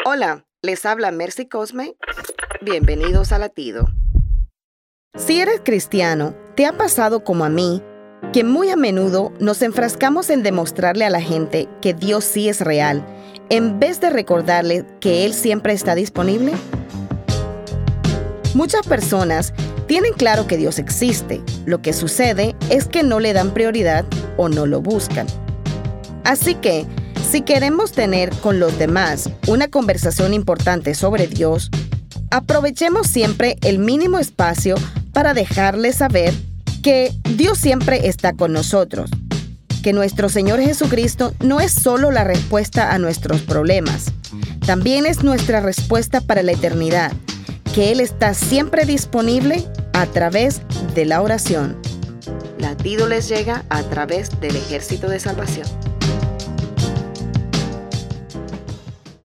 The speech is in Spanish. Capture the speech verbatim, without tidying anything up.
Hola, les habla Mercy Cosme. Bienvenidos a Latido. Si eres cristiano, te ha pasado como a mí, que muy a menudo nos enfrascamos en demostrarle a la gente que Dios sí es real, en vez de recordarle que Él siempre está disponible. Muchas personas tienen claro que Dios existe. Lo que sucede es que no le dan prioridad o no lo buscan. Así que, si queremos tener con los demás una conversación importante sobre Dios, aprovechemos siempre el mínimo espacio para dejarles saber que Dios siempre está con nosotros, que nuestro Señor Jesucristo no es solo la respuesta a nuestros problemas, también es nuestra respuesta para la eternidad, que Él está siempre disponible a través de la oración. Latido les llega a través del Ejército de Salvación.